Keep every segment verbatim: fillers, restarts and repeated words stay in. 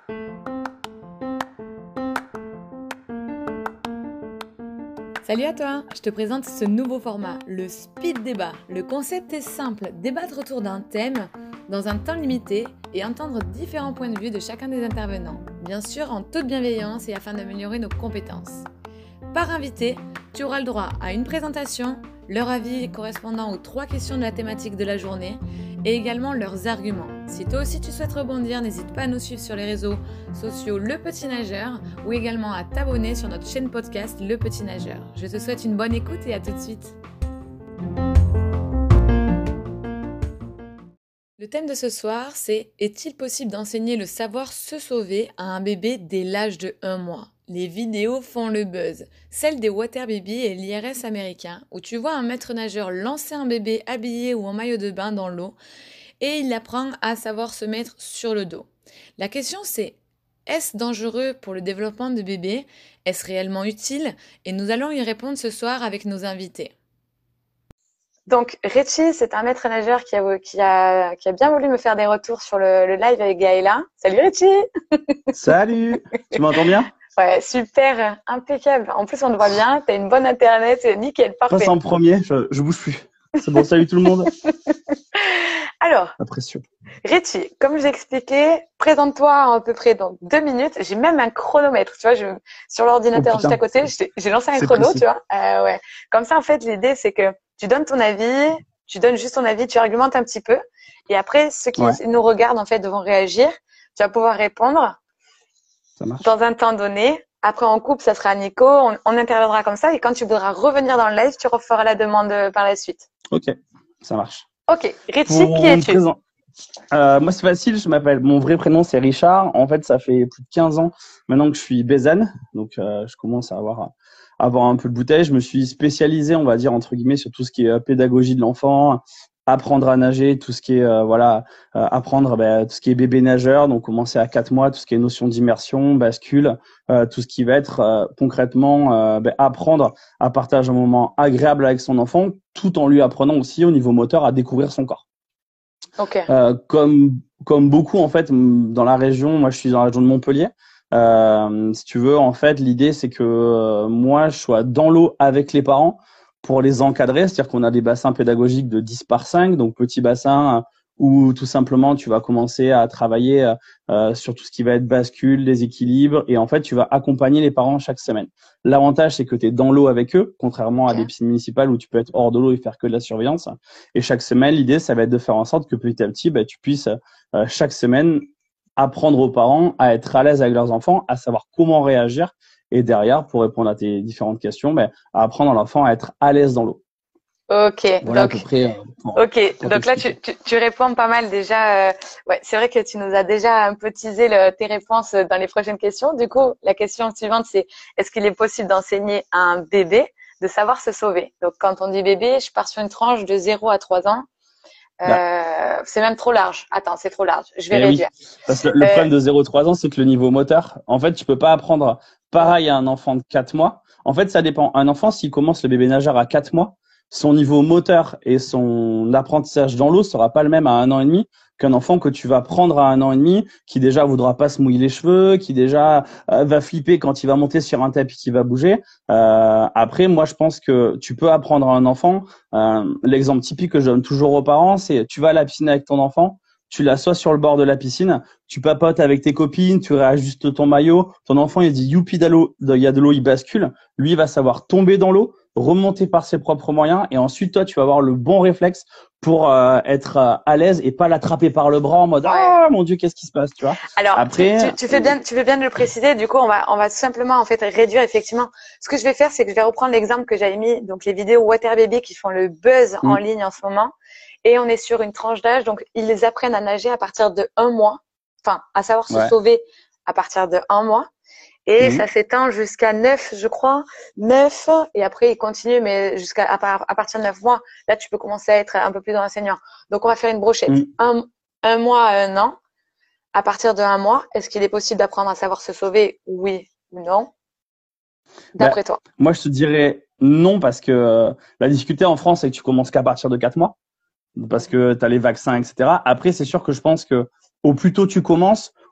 Salut à toi, je te présente ce nouveau format, le speed débat. Le concept est simple, débattre autour d'un thème dans un temps limité et entendre différents points de vue de chacun des intervenants. Bien sûr en toute bienveillance et afin d'améliorer nos compétences. Par invité, tu auras le droit à une présentation, leur avis correspondant aux trois questions de la thématique de la journée et également leurs arguments. Si toi aussi tu souhaites rebondir, n'hésite pas à nous suivre sur les réseaux sociaux Le Petit Nageur ou également à t'abonner sur notre chaîne podcast Le Petit Nageur. Je te souhaite une bonne écoute et à tout de suite. Le thème de ce soir, c'est « Est-il possible d'enseigner le savoir se sauver à un bébé dès l'âge de un mois ?» Les vidéos font le buzz. Celle des Water Baby et l'I R S américain, où tu vois un maître nageur lancer un bébé habillé ou en maillot de bain dans l'eau et il apprend à savoir se mettre sur le dos. La question c'est, est-ce dangereux pour le développement de bébé? Est-ce réellement utile? Et nous allons y répondre ce soir avec nos invités. Donc, Richie, c'est un maître nageur qui a, qui, a, qui a bien voulu me faire des retours sur le, le live avec Gaëla. Salut Richie! Salut! Tu m'entends bien? Ouais, super, impeccable. En plus, on te voit bien, tu as une bonne internet, nickel, parfait. Passe en premier, je, je bouge plus. C'est bon, salut tout le monde. Alors, la pression. Richie, comme j'ai expliqué, présente-toi en à peu près dans deux minutes. J'ai même un chronomètre, tu vois, je, sur l'ordinateur oh, juste à côté, j'ai lancé un chrono, précis. Tu vois. Euh, ouais. Comme ça, en fait, l'idée, c'est que tu donnes ton avis, tu donnes juste ton avis, tu argumentes un petit peu. Et après, ceux qui ouais. nous regardent, en fait, vont réagir. Tu vas pouvoir répondre. Ça marche. Dans un temps donné. Après, en couple, ça sera Nico. On, on interviendra comme ça. Et quand tu voudras revenir dans le live, tu referas la demande par la suite. Ok, ça marche. Ok. Richie, qui es-tu? euh, Moi, c'est facile. Je m'appelle. Mon vrai prénom, c'est Richard. En fait, ça fait plus de quinze ans maintenant que je suis Bézanne. Donc, euh, je commence à avoir, à avoir un peu de bouteille. Je me suis spécialisé, on va dire, entre guillemets, sur tout ce qui est pédagogie de l'enfant, apprendre à nager, tout ce qui est euh, voilà, euh, apprendre bah, tout ce qui est bébé nageur, donc commencer à quatre mois, tout ce qui est notion d'immersion, bascule, euh, tout ce qui va être euh, concrètement euh, bah, apprendre à partager un moment agréable avec son enfant, tout en lui apprenant aussi au niveau moteur à découvrir son corps. Okay. Euh, comme comme beaucoup en fait dans la région, moi je suis dans la région de Montpellier. Euh, si tu veux, en fait, l'idée c'est que euh, moi je sois dans l'eau avec les parents pour les encadrer, c'est-à-dire qu'on a des bassins pédagogiques de dix par cinq, donc petit bassin où tout simplement tu vas commencer à travailler euh, sur tout ce qui va être bascule, les équilibres, et en fait tu vas accompagner les parents chaque semaine. L'avantage c'est que tu es dans l'eau avec eux, contrairement okay. à des piscines municipales où tu peux être hors de l'eau et faire que de la surveillance. Et chaque semaine, l'idée ça va être de faire en sorte que petit à petit, bah, tu puisses euh, chaque semaine apprendre aux parents à être à l'aise avec leurs enfants, à savoir comment réagir. Et derrière, pour répondre à tes différentes questions, ben, à apprendre à l'enfant à être à l'aise dans l'eau. Ok, voilà donc, à peu près, euh, pour, ok, pour donc là tu, tu, tu réponds pas mal déjà. Euh, ouais, c'est vrai que tu nous as déjà un peu teasé le, tes réponses dans les prochaines questions. Du coup, la question suivante c'est est-ce qu'il est possible d'enseigner à un bébé de savoir se sauver? Donc quand on dit bébé, je pars sur une tranche de zéro à trois ans. Euh, c'est même trop large. Attends, c'est trop large. Je vais Et réduire. Oui, parce que le euh, problème de zéro à trois ans, c'est que le niveau moteur, en fait, tu peux pas apprendre pareil à un enfant de quatre mois. En fait, ça dépend. Un enfant, s'il commence le bébé nageur à quatre mois, son niveau moteur et son apprentissage dans l'eau sera pas le même à un an et demi qu'un enfant que tu vas prendre à un an et demi, qui déjà voudra pas se mouiller les cheveux, qui déjà euh, va flipper quand il va monter sur un tapis qui va bouger. Euh, après, moi, je pense que tu peux apprendre à un enfant. Euh, l'exemple typique que je donne toujours aux parents, c'est tu vas à la piscine avec ton enfant, tu l'assois sur le bord de la piscine, tu papotes avec tes copines, tu réajustes ton maillot, ton enfant il dit youpi, il y a de l'eau, il bascule. Lui, il va savoir tomber dans l'eau, remonter par ses propres moyens, et ensuite toi, tu vas avoir le bon réflexe pour euh, être euh, à l'aise et pas l'attraper par le bras en mode ah ouais. Mon Dieu, qu'est-ce qui se passe, tu vois. Alors après, tu, tu, tu fais bien, tu fais bien de le préciser. Du coup, on va, on va simplement en fait réduire effectivement. Ce que je vais faire, c'est que je vais reprendre l'exemple que j'avais mis, donc les vidéos Water Baby qui font le buzz mmh. en ligne en ce moment. Et on est sur une tranche d'âge, donc ils les apprennent à nager à partir de un mois, enfin à savoir se ouais. sauver à partir de un mois. Et mmh. ça s'étend jusqu'à neuf, je crois, neuf. Et après, ils continuent, mais jusqu'à à, à partir de neuf mois, là, tu peux commencer à être un peu plus dans l'enseignant. Donc, on va faire une brochette. Mmh. Un, un mois à un an. À partir de un mois, est-ce qu'il est possible d'apprendre à savoir se sauver? Oui ou non? D'après bah, toi? Moi, je te dirais non, parce que euh, la difficulté en France, c'est que tu commences qu'à partir de quatre mois. Parce que tu as les vaccins, et cetera. Après, c'est sûr que je pense que au plus tôt tu commences,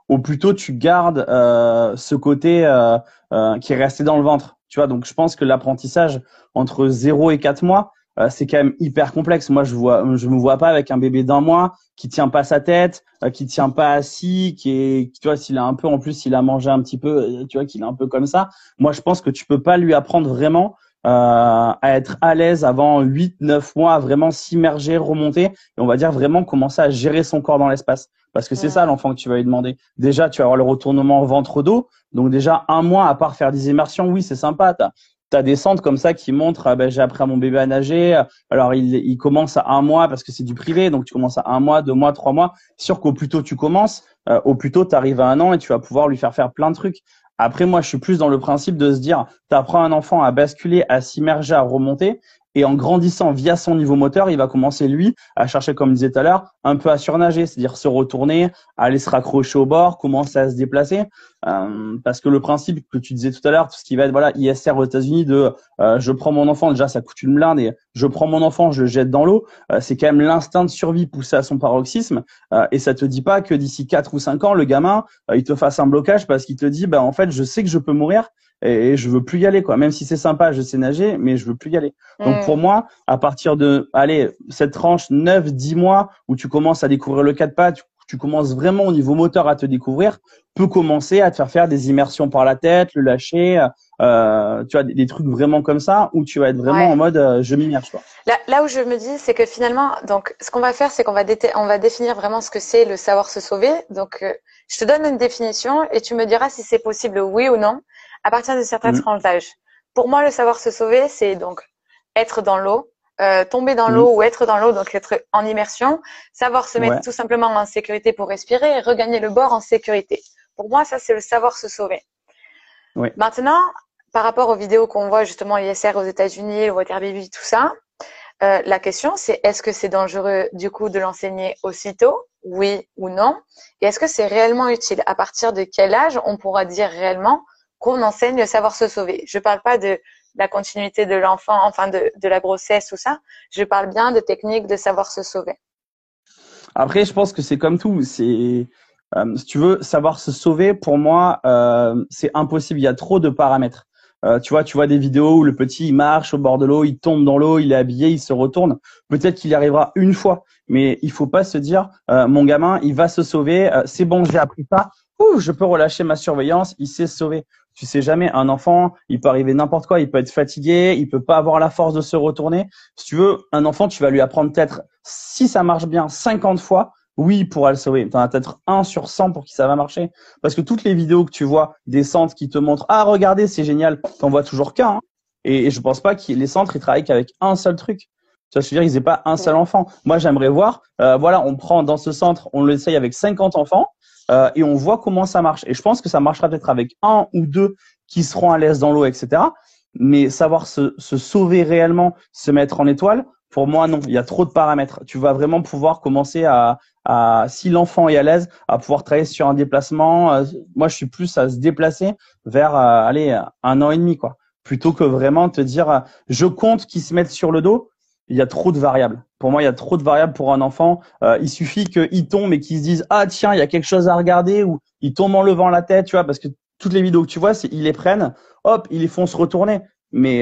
au plus tôt tu gardes euh, ce côté euh, euh, qui est resté dans le ventre. Tu vois, donc je pense que l'apprentissage entre zéro et quatre mois, euh, c'est quand même hyper complexe. Moi, je vois, je me vois pas avec un bébé d'un mois qui tient pas sa tête, euh, qui tient pas assis, qui est, tu vois, s'il a un peu, en plus, s'il a mangé un petit peu, euh, tu vois, qu'il est un peu comme ça. Moi, je pense que tu peux pas lui apprendre vraiment euh, à être à l'aise avant huit, neuf mois, à vraiment s'immerger, remonter, et on va dire vraiment commencer à gérer son corps dans l'espace. Parce que c'est ça l'enfant que tu vas lui demander. Déjà, tu vas avoir le retournement ventre-dos. Donc déjà, un mois, à part faire des immersions, oui, c'est sympa. T'as, t'as des centres comme ça qui montrent, ah ben, j'ai appris à mon bébé à nager. Alors, il, il commence à un mois parce que c'est du privé. Donc, tu commences à un mois, deux mois, trois mois. C'est sûr qu'au plus tôt tu commences, euh, au plus tôt tu arrives à un an et tu vas pouvoir lui faire faire plein de trucs. Après, moi, je suis plus dans le principe de se dire, tu apprends un enfant à basculer, à s'immerger, à remonter. Et en grandissant via son niveau moteur, il va commencer, lui, à chercher, comme je disais tout à l'heure, un peu à surnager, c'est-à-dire se retourner, aller se raccrocher au bord, commencer à se déplacer. Euh, parce que le principe que tu disais tout à l'heure, tout ce qui va être voilà I S R aux États-Unis de euh, je prends mon enfant, déjà ça coûte une blinde, et je prends mon enfant, je le jette dans l'eau, euh, c'est quand même l'instinct de survie poussé à son paroxysme. Euh, et ça te dit pas que d'ici quatre ou cinq ans, le gamin, euh, il te fasse un blocage parce qu'il te dit, bah en fait, je sais que je peux mourir. Et je veux plus y aller, quoi. Même si c'est sympa, je sais nager, mais je veux plus y aller. Donc, pour moi, à partir de, allez, cette tranche neuf, dix mois où tu commences à découvrir le quatre pas, tu, tu commences vraiment au niveau moteur à te découvrir, peut commencer à te faire faire des immersions par la tête, le lâcher, euh, tu vois, des, des trucs vraiment comme ça où tu vas être vraiment Ouais. en mode euh, je m'immerge, quoi. Là, là où je me dis, c'est que finalement, donc, ce qu'on va faire, c'est qu'on va, déter- on va définir vraiment ce que c'est le savoir se sauver. Donc, euh, je te donne une définition et tu me diras si c'est possible, oui ou non, à partir de certaines Mmh. tranches d'âge. Pour moi, le savoir se sauver, c'est donc être dans l'eau, euh, tomber dans Mmh. l'eau ou être dans l'eau, donc être en immersion, savoir se mettre Ouais. tout simplement en sécurité pour respirer et regagner le bord en sécurité. Pour moi, ça, c'est le savoir se sauver. Ouais. Maintenant, par rapport aux vidéos qu'on voit justement I S R aux États-Unis, le Water Baby, tout ça, euh, la question c'est est-ce que c'est dangereux du coup de l'enseigner aussitôt, oui ou non, et est-ce que c'est réellement utile? À partir de quel âge on pourra dire réellement qu'on enseigne le savoir se sauver? Je parle pas de la continuité de l'enfant, enfin de, de la grossesse, tout ça. Je parle bien de techniques de savoir se sauver. Après, je pense que c'est comme tout. C'est, euh, si tu veux savoir se sauver, pour moi, euh, c'est impossible. Il y a trop de paramètres. Euh, tu vois, tu vois des vidéos où le petit il marche au bord de l'eau, il tombe dans l'eau, il est habillé, il se retourne. Peut-être qu'il y arrivera une fois, mais il faut pas se dire, euh, mon gamin, il va se sauver. Euh, c'est bon, j'ai appris ça. Ouh, je peux relâcher ma surveillance. Il sait se sauver. Tu sais jamais, un enfant, il peut arriver n'importe quoi. Il peut être fatigué, il peut pas avoir la force de se retourner. Si tu veux, un enfant, tu vas lui apprendre peut-être, si ça marche bien, cinquante fois. Oui, il pourra le sauver. Tu en as peut-être un sur cent pour qui ça va marcher. Parce que toutes les vidéos que tu vois, des centres qui te montrent, ah, regardez, c'est génial, t'en vois toujours qu'un. Hein. Et, et je pense pas que les centres, ils travaillent qu'avec un seul truc. Tu vois, je veux dire, ils n'aient pas un seul enfant. Moi, j'aimerais voir, euh, voilà, on prend dans ce centre, on l'essaye avec cinquante enfants, euh, et on voit comment ça marche. Et je pense que ça marchera peut-être avec un ou deux qui seront à l'aise dans l'eau, et cetera. Mais savoir se, se sauver réellement, se mettre en étoile, pour moi, non. Il y a trop de paramètres. Tu vas vraiment pouvoir commencer à, à si l'enfant est à l'aise, à pouvoir travailler sur un déplacement. Euh, moi, je suis plus à se déplacer vers, euh, allez, un an et demi, quoi. Plutôt que vraiment te dire, euh, je compte qu'ils se mettent sur le dos. Il y a trop de variables. Pour moi, il y a trop de variables pour un enfant. Euh, il suffit qu'il tombe et qu'il se dise, ah tiens, il y a quelque chose à regarder, ou il tombe en levant la tête, tu vois, parce que toutes les vidéos que tu vois, c'est ils les prennent, hop, ils les font se retourner. Mais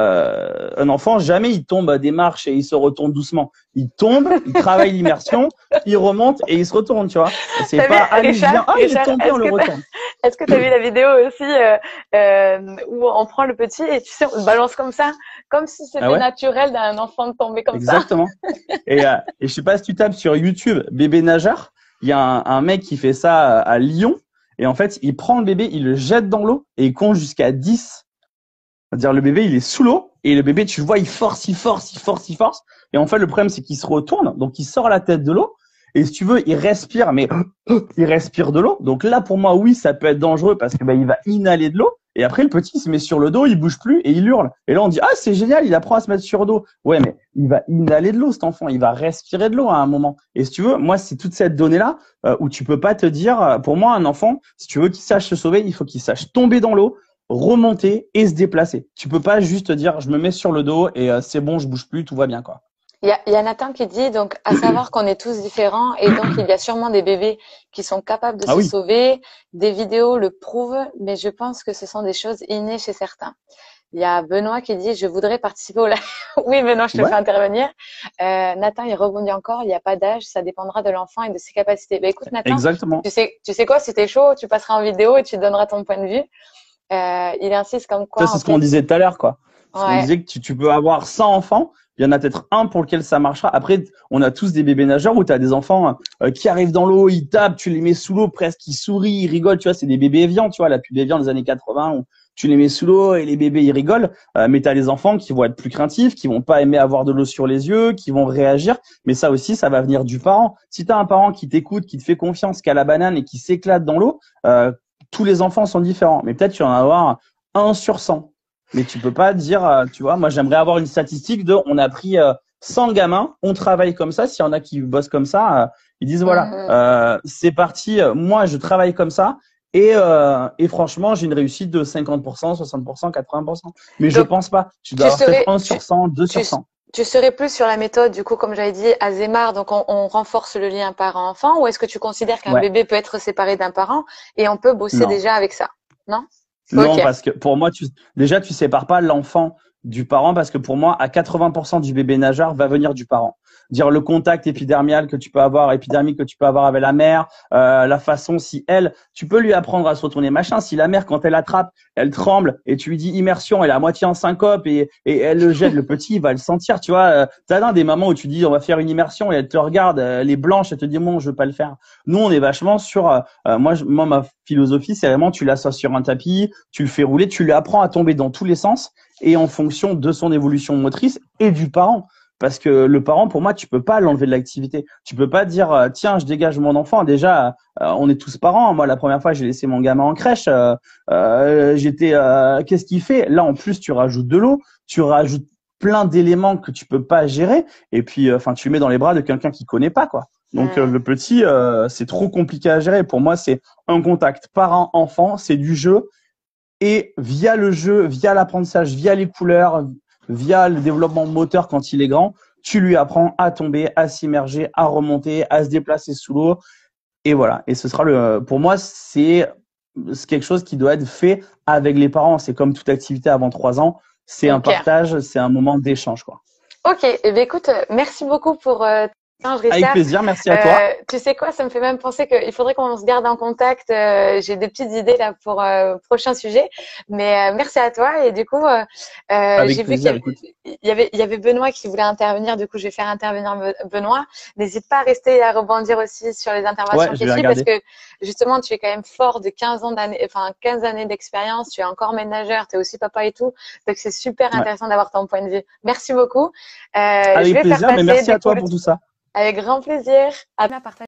euh, un enfant, jamais il tombe à des marches et il se retourne doucement. Il tombe, il travaille l'immersion, il remonte et il se retourne, tu vois. C'est pas, allez, je viens, ah, il est tombé, on le retourne. Est-ce que tu as vu la vidéo aussi euh, euh, où on prend le petit et tu sais, on le balance comme ça, comme si c'était ah ouais naturel d'un enfant de tomber comme Exactement. ça. Exactement. et, euh, et je sais pas si tu tapes sur YouTube bébé nageur, il y a un, un mec qui fait ça à Lyon et en fait, il prend le bébé, il le jette dans l'eau et il compte jusqu'à dix. C'est-à-dire le bébé, il est sous l'eau et le bébé, tu le vois, il force, il force, il force, il force. Et en fait, le problème, c'est qu'il se retourne, donc il sort la tête de l'eau. Et si tu veux, il respire, mais il respire de l'eau. Donc là, pour moi, oui, ça peut être dangereux parce que bah, il va inhaler de l'eau. Et après, le petit, il se met sur le dos, il bouge plus et il hurle. Et là, on dit, ah, c'est génial, il apprend à se mettre sur le dos. Ouais, mais il va inhaler de l'eau, cet enfant. Il va respirer de l'eau à un moment. Et si tu veux, moi, c'est toute cette donnée-là euh, où tu peux pas te dire, pour moi, un enfant, si tu veux qu'il sache se sauver, il faut qu'il sache tomber dans l'eau, remonter et se déplacer. Tu peux pas juste dire je me mets sur le dos et euh, c'est bon, je bouge plus, tout va bien, quoi. Il y a, il y a Nathan qui dit, donc, à savoir qu'on est tous différents et donc il y a sûrement des bébés qui sont capables de Ah se oui, sauver. Des vidéos le prouvent, mais je pense que ce sont des choses innées chez certains. Il y a Benoît qui dit, je voudrais participer au live. Oui, Benoît, je te ouais, fais intervenir. Euh, Nathan, il rebondit encore, il n'y a pas d'âge, ça dépendra de l'enfant et de ses capacités. Ben, écoute, Nathan, tu exactement. sais, tu sais quoi, si t'es chaud, tu passeras en vidéo et tu donneras ton point de vue. Euh, il insiste comme Ça, quoi, c'est en ce qu'on fait, disait tout à l'heure, quoi. Ce qu'on ouais, disait que tu, tu peux avoir cent enfants, il y en a peut-être un pour lequel ça marchera. Après, on a tous des bébés nageurs où tu as des enfants euh, qui arrivent dans l'eau, ils tapent, tu les mets sous l'eau, presque ils sourient, ils rigolent, tu vois, c'est des bébés évians, tu vois, la pub Evian des années quatre-vingts où tu les mets sous l'eau et les bébés ils rigolent. Euh, mais tu as les enfants qui vont être plus craintifs, qui vont pas aimer avoir de l'eau sur les yeux, qui vont réagir. Mais ça aussi, ça va venir du parent. Si tu as un parent qui t'écoute, qui te fait confiance, qui a la banane et qui s'éclate dans l'eau, euh, tous les enfants sont différents. Mais peut-être tu vas en avoir un sur cent. Mais tu peux pas dire, euh, tu vois, moi j'aimerais avoir une statistique de, on a pris euh, cent gamins, on travaille comme ça. S'il y en a qui bossent comme ça, euh, ils disent voilà, mhm. euh, c'est parti, euh, moi je travaille comme ça. Et, euh, et franchement, j'ai une réussite de cinquante pour cent, soixante pour cent, quatre-vingts pour cent. Mais je Donc, pense pas. Tu dois tu avoir peut-être serais, un tu, sur cent, deux tu, sur cent. tu serais plus sur la méthode, du coup, comme j'avais dit, Azemar, donc on, on renforce le lien parent-enfant, ou est-ce que tu considères qu'un Ouais, bébé peut être séparé d'un parent et on peut bosser non. déjà avec ça? Non? Ok. Non, parce que pour moi, tu, déjà, tu sépares pas l'enfant du parent parce que pour moi, à quatre-vingts pour cent du bébé nageur va venir du parent. Dire le contact épidermial que tu peux avoir, épidermique que tu peux avoir avec la mère, euh, la façon si elle, tu peux lui apprendre à se retourner machin. Si la mère, quand elle attrape, elle tremble et tu lui dis immersion, elle est à moitié en syncope et, et elle le jette, le petit, il va le sentir, tu vois. Euh, t'as des mamans où tu dis on va faire une immersion et elle te regarde, euh, elle est blanche, elle te dit bon, je veux pas le faire. Nous, on est vachement sur, euh, euh, moi, je, moi, ma philosophie, c'est vraiment tu l'assois sur un tapis, tu le fais rouler, tu lui apprends à tomber dans tous les sens et en fonction de son évolution motrice et du parent. Parce que le parent, pour moi, tu peux pas l'enlever de l'activité. Tu peux pas dire euh, tiens, je dégage mon enfant. Déjà, euh, on est tous parents. Moi, la première fois, j'ai laissé mon gamin en crèche. Euh, euh, j'étais, euh, qu'est-ce qu'il fait? Là, en plus, tu rajoutes de l'eau, tu rajoutes plein d'éléments que tu peux pas gérer. Et puis, enfin, euh, tu mets dans les bras de quelqu'un qui connaît pas, quoi. Donc, euh, Hmm. le petit, euh, c'est trop compliqué à gérer. Pour moi, c'est un contact parent-enfant, c'est du jeu et via le jeu, via l'apprentissage, via les couleurs, via le développement moteur quand il est grand, tu lui apprends à tomber, à s'immerger, à remonter, à se déplacer sous l'eau. Et voilà. Et ce sera le, pour moi, c'est quelque chose qui doit être fait avec les parents. C'est comme toute activité avant trois ans. C'est un Ok. partage, c'est un moment d'échange, quoi. Ok. Eh bien, écoute, merci beaucoup pour euh, ton échange, Avec Richard. plaisir. Merci à toi. Euh, tu sais quoi, ça me fait même penser qu'il faudrait qu'on se garde en contact. Euh, j'ai des petites idées là pour euh, prochain sujet. Mais euh, merci à toi. Et du coup, euh, euh, Avec j'ai vu qu'il y plaisir. avait, Écoute. il y avait, il y avait Benoît qui voulait intervenir. Du coup, je vais faire intervenir Be- Benoît. N'hésite pas à rester et à rebondir aussi sur les Ouais, interventions je qui vais suivent parce regarder. que justement, tu es quand même fort de quinze ans d'années, enfin quinze années d'expérience. Tu es encore ménageur, tu es aussi papa et tout. Donc, c'est super Ouais. intéressant d'avoir ton point de vue. Merci beaucoup. Euh, je Avec vais faire plaisir, mais passer merci du à coup toi le pour tout ça. avec grand plaisir. À partager.